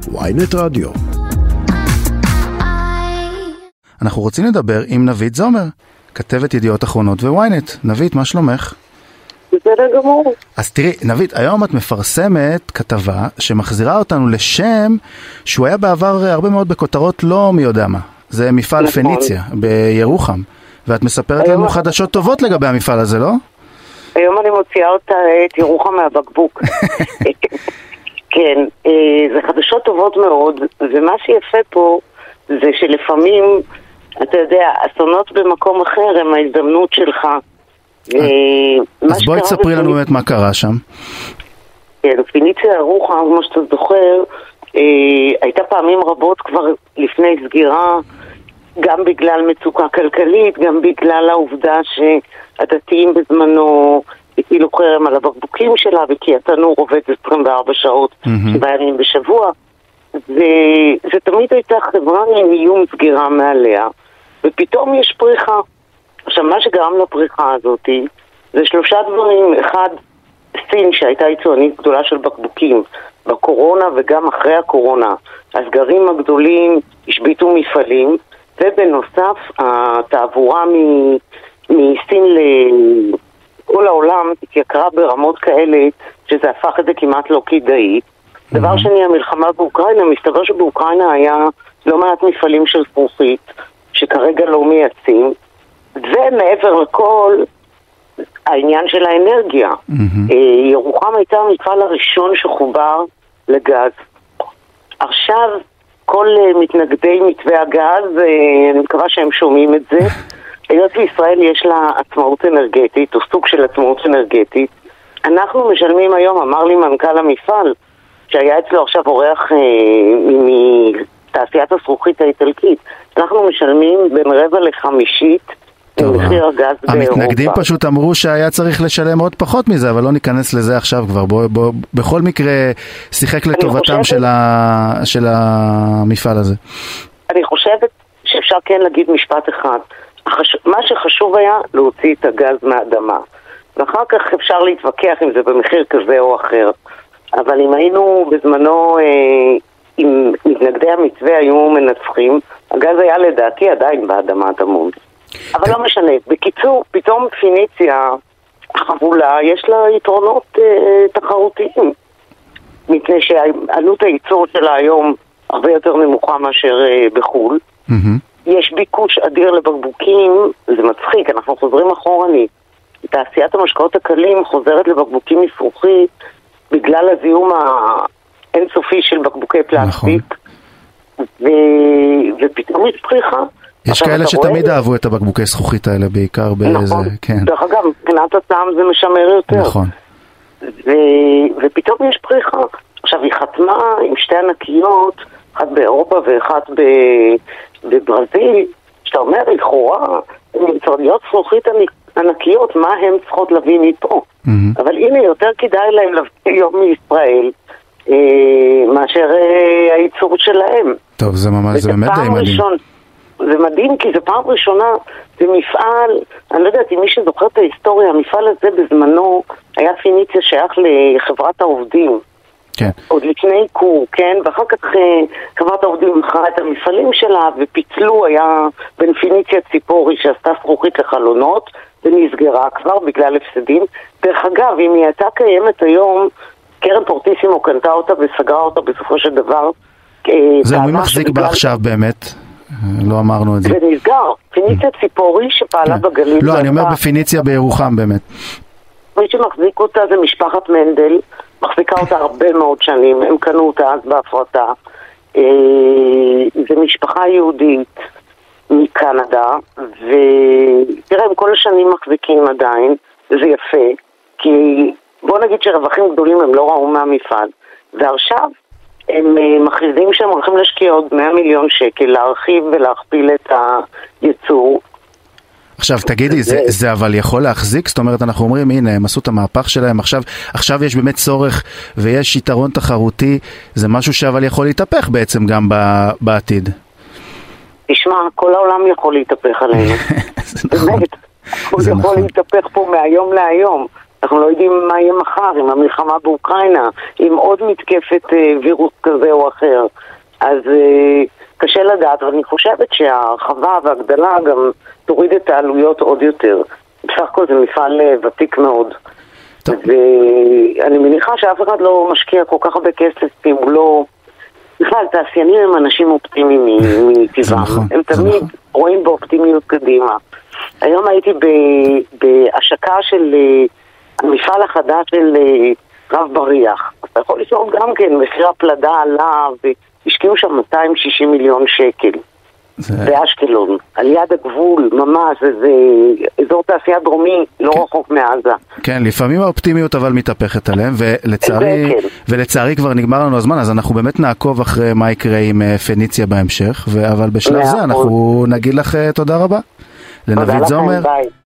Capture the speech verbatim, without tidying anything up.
וויינט רדיו. אנחנו רוצים לדבר עם נבית זומר, כתבת ידיעות אחרונות וויינט. נבית, מה שלומך? בסדר גמור. אז תראי, נבית, היום את מפרסמת כתבה שמחזירה אותנו לשם שהוא היה בעבר הרבה מאוד בכותרות לא מי יודע מה. זה מפעל נכון. פניציה בירוחם. ואת מספרת לנו חדשות טובות לגבי המפעל הזה, לא? היום אני מוציאה אותה את ירוחם מהבקבוק. כן, זה חדשות טובות מאוד, ומה שיפה פה זה שלפעמים, אתה יודע, אסונות במקום אחר הם ההזדמנות שלך. אז בואי תספרי לנו באמת מה קרה שם. כן, פניציה ירוחם, כמו שאתה זוכר, הייתה פעמים רבות כבר לפני סגירה, גם בגלל מצוקה כלכלית, גם בגלל העובדה שהדתיים בזמנו הטילו חרם על הבקבוקים שלה, וכי התנור עובד עשרים וארבע שעות, שבעה ימים בשבוע. זה תמיד הייתה חברה עם איום סגירה מעליה, ופתאום יש פריחה. עכשיו, מה שגרם לפריחה הזאת זה שלושה דברים. אחד, סין שהייתה יצואנית גדולה של בקבוקים בקורונה וגם אחרי הקורונה. הסגרים הגדולים השביתו מפעלים, ובנוסף, התעבורה מסין לכל העולם התייקרה ברמות כאלה שזה הפך את זה כמעט לא כדאי. Mm-hmm. דבר שני, המלחמה באוקראינה, מסתבר שבאוקראינה היה לא מעט מפעלים של זכוכית שכרגע לא מייצאים, ומעבר לכל העניין של האנרגיה. Mm-hmm. ירוחם הייתה המפעל הראשון שחובר לגז. עכשיו כל מתנגדי מתווה הגז, אני מקווה שהם שומעים את זה, היות בישראל יש לה עצמאות אנרגטית, או סוג של עצמאות אנרגטית. אנחנו משלמים היום, אמר לי מנכ"ל המפעל, שהיה אצלו עכשיו אורח אה, מתעשיית הזכוכית האיטלקית, אנחנו משלמים בין רבע לחמישית מחיר הגז באירופה. המתנגדים פשוט אמרו שהיה צריך לשלם עוד פחות מזה, אבל לא ניכנס לזה עכשיו כבר. בוא, בוא, בכל מקרה שיחק לטובתם של, ה, של המפעל הזה. אני חושבת שאפשר כן להגיד משפט אחד. החש... מה שחשוב היה להוציא את הגז מהאדמה. ואחר כך אפשר להתווכח אם זה במחיר כזה או אחר. אבל אם היינו בזמנו, אה, אם מתנגדי המתווה היו מנצחים, הגז היה לדעתי עדיין באדמה תמוד. אבל לא משנה. בקיצור, פתאום פניציה החבולה יש לה יתרונות אה, תחרותיים. מפני שעלות הייצור שלה היום הרבה יותר נמוכה מאשר אה, בחול. Mm-hmm. יש ביקוש אדיר לבקבוקים, זה מצחיק, אנחנו חוזרים אחורנית. תעשיית המשקאות הקלים חוזרת לבקבוקים מזכוכית בגלל הזיהום האינסופי של בקבוקי פלסטיק. נכון. ו... ופתאום יש פריחה. יש כאלה שתמיד אהבו את הבקבוקי זכוכית האלה, בעיקר באיזה... נכון. כן. דרך אגב, מבחינת הטעם זה משמר יותר. נכון. ו... ופתאום יש פריחה. עכשיו, היא חתמה עם שתי ענקיות, אחת באירופה ואחת ב... בברזיל, שאתה אומר, לכאורה, מצרדיות זכוכית ענקיות, מה הן צריכות להביא מפה? Mm-hmm. אבל הנה, יותר כדאי להם להביא יום מישראל, אה, מאשר אה, הייצור שלהם. טוב, זה ממש, זה באמת די מדהים. ראשון, זה מדהים, כי זה פעם ראשונה, זה מפעל, אני לא יודעת אם מי שזוכר את ההיסטוריה, המפעל הזה בזמנו היה פניציה שייך לחברת העובדים. כן. עוד לפני קור, כן? ואחר כך חברת העובדים מכרה את המפעלים שלה ופיצלו, היה בין פניציה ציפורי שעשתה זכוכית לחלונות ונסגרה כבר בגלל הפסדים. דרך אגב, אם היא הייתה קיימת היום, קרן פורטיסימו קנתה אותה וסגרה אותה בסופו של דבר. זה מי מחזיק בה עכשיו באמת? לא אמרנו את זה. זה נסגר. פניציה ציפורי שפעלה בגליל. לא, אני אומר בפיניציה בירוחם באמת. מי שמחזיק אותה זה משפחת מנדל, מחזיקה אותה הרבה מאוד שנים, הם קנו אותה אז בהפרטה. זה משפחה יהודית מקנדה, ותראה, הם כל השנים מחזיקים עדיין, זה יפה, כי בוא נגיד שרווחים גדולים הם לא ראו מהמפעל, ועכשיו הם מכריזים שהם הולכים להשקיע עוד מאה מיליון שקל, להרחיב ולהכפיל את הייצור. עכשיו תגידי, זה, זה אבל יכול להחזיק? זאת אומרת, אנחנו אומרים, הנה, הם עשו את המהפך שלהם, עכשיו, עכשיו יש באמת צורך ויש יתרון תחרותי, זה משהו שאבל יכול להתהפך בעצם גם בעתיד. תשמע, כל העולם יכול להתהפך עלינו. באמת, הוא יכול להתהפך פה מהיום להיום. אנחנו לא יודעים מה יהיה מחר, עם המלחמה באוקראינה, עם עוד מתקפת אה, וירוס כזה או אחר. אז אה, קשה לדעת, אבל אני חושבת שההרחבה והגדלה גם תוריד את העלויות עוד יותר. בסך הכל זה מפעל אה, ותיק מאוד. ואני מניחה שאף אחד לא משקיע כל כך הרבה כסף, אם הוא לא... בכלל, תעשיינים הם אנשים אופטימיים מטבעם. הם תמיד רואים באופטימיות קדימה. היום הייתי בהשקה של המפעל החדש של רב בריח. אתה יכול לראות גם כן, מחיר הפלדה עלה, והשקיעו שם מאתיים ושישים מיליון שקל. באשקלון, על יד הגבול, ממש, זה אזור תעשייה דרומי, לא רחוק מעזה. כן, לפעמים האופטימיות אבל מתהפכת עליהם, ולצערי, ולצערי כבר נגמר לנו הזמן, אז אנחנו באמת נעקוב אחרי מה יקרה עם פניציה בהמשך, אבל בשלב זה אנחנו נגיד לך תודה רבה. לנבית זומר.